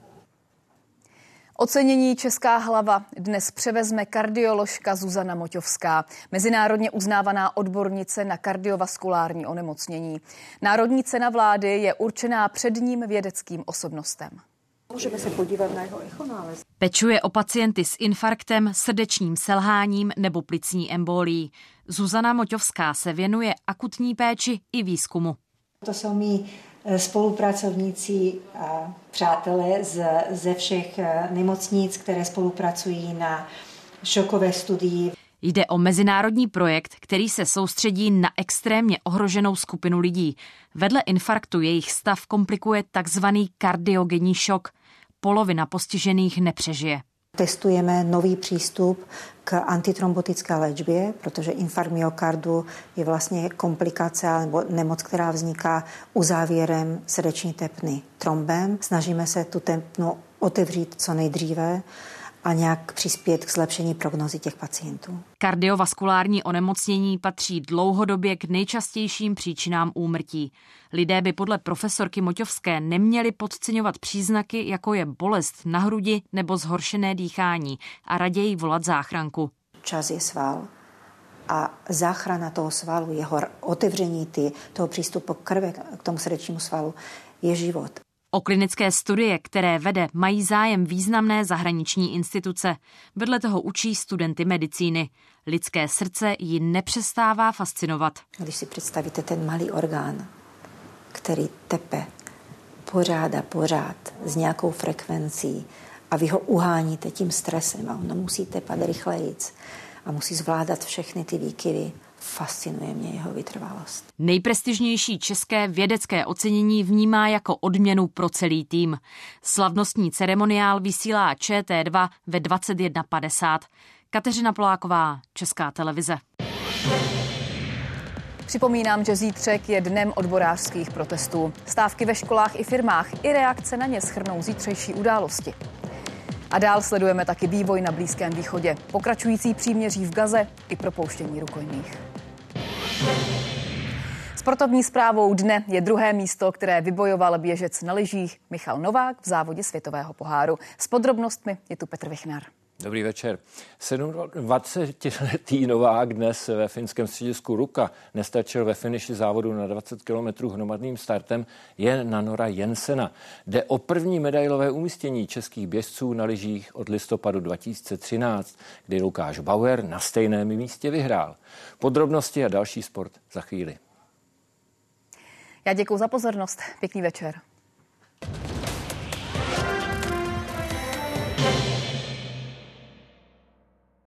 Speaker 1: Ocenění Česká hlava dnes převezme kardioložka Zuzana Moťovská, mezinárodně uznávaná odbornice na kardiovaskulární onemocnění. Národní cena vlády je určená předním vědeckým osobnostem.
Speaker 4: Můžeme se podívat na jeho echonález.
Speaker 21: Pečuje o pacienty s infarktem, srdečním selháním nebo plicní embolií. Zuzana Moťovská se věnuje akutní péči i výzkumu.
Speaker 4: To jsou mý spolupracovníci a přátelé z, ze všech nemocnic, které spolupracují na šokové studii.
Speaker 21: Jde o mezinárodní projekt, který se soustředí na extrémně ohroženou skupinu lidí. Vedle infarktu jejich stav komplikuje takzvaný kardiogenní šok. Polovina postižených nepřežije.
Speaker 4: Testujeme nový přístup k antitrombotické léčbě, protože infarkt myokardu je vlastně komplikace nebo nemoc, která vzniká uzávěrem srdeční tepny trombem. Snažíme se tu tepnu otevřít co nejdříve a nějak přispět k zlepšení prognózy těch pacientů.
Speaker 21: Kardiovaskulární onemocnění patří dlouhodobě k nejčastějším příčinám úmrtí. Lidé by podle profesorky Moťovské neměli podceňovat příznaky, jako je bolest na hrudi nebo zhoršené dýchání a raději volat záchranku.
Speaker 4: Čas je sval a záchrana toho svalu, jeho otevření ty, toho přístupu krve k tomu srdečnímu svalu je život.
Speaker 21: O klinické studie, které vede, mají zájem významné zahraniční instituce. Vedle toho učí studenty medicíny. Lidské srdce ji nepřestává fascinovat.
Speaker 4: Když si představíte ten malý orgán, který tepe pořád a pořád s nějakou frekvencí a vy ho uháníte tím stresem a ono musí tepat rychlejc a musí zvládat všechny ty výkyvy, fascinuje mě jeho vytrvalost.
Speaker 21: Nejprestižnější české vědecké ocenění vnímá jako odměnu pro celý tým. Slavnostní ceremoniál vysílá Č T dva ve dvacet jedna padesát. Kateřina Poláková, Česká televize.
Speaker 1: Připomínám, že zítřek je dnem odborářských protestů. Stávky ve školách i firmách i reakce na ně shrnou zítřejší události. A dál sledujeme taky vývoj na Blízkém východě. Pokračující příměří v Gaze i propouštění rukojmích. Sportovní zprávou dne je druhé místo, které vybojoval běžec na lyžích Michal Novák v závodě světového poháru. S podrobnostmi je tu Petr Vichnar.
Speaker 8: Dobrý večer. sedmdvacetiletý Novák dnes ve finském středisku Ruka nestačil ve finiši závodu na dvacet kilometrů hromadným startem jen na Nora Jensena. Jde o první medailové umístění českých běžců na lyžích od listopadu dva tisíce třináct, kdy Lukáš Bauer na stejném místě vyhrál. Podrobnosti a další sport za chvíli.
Speaker 1: Já děkuji za pozornost. Pěkný večer.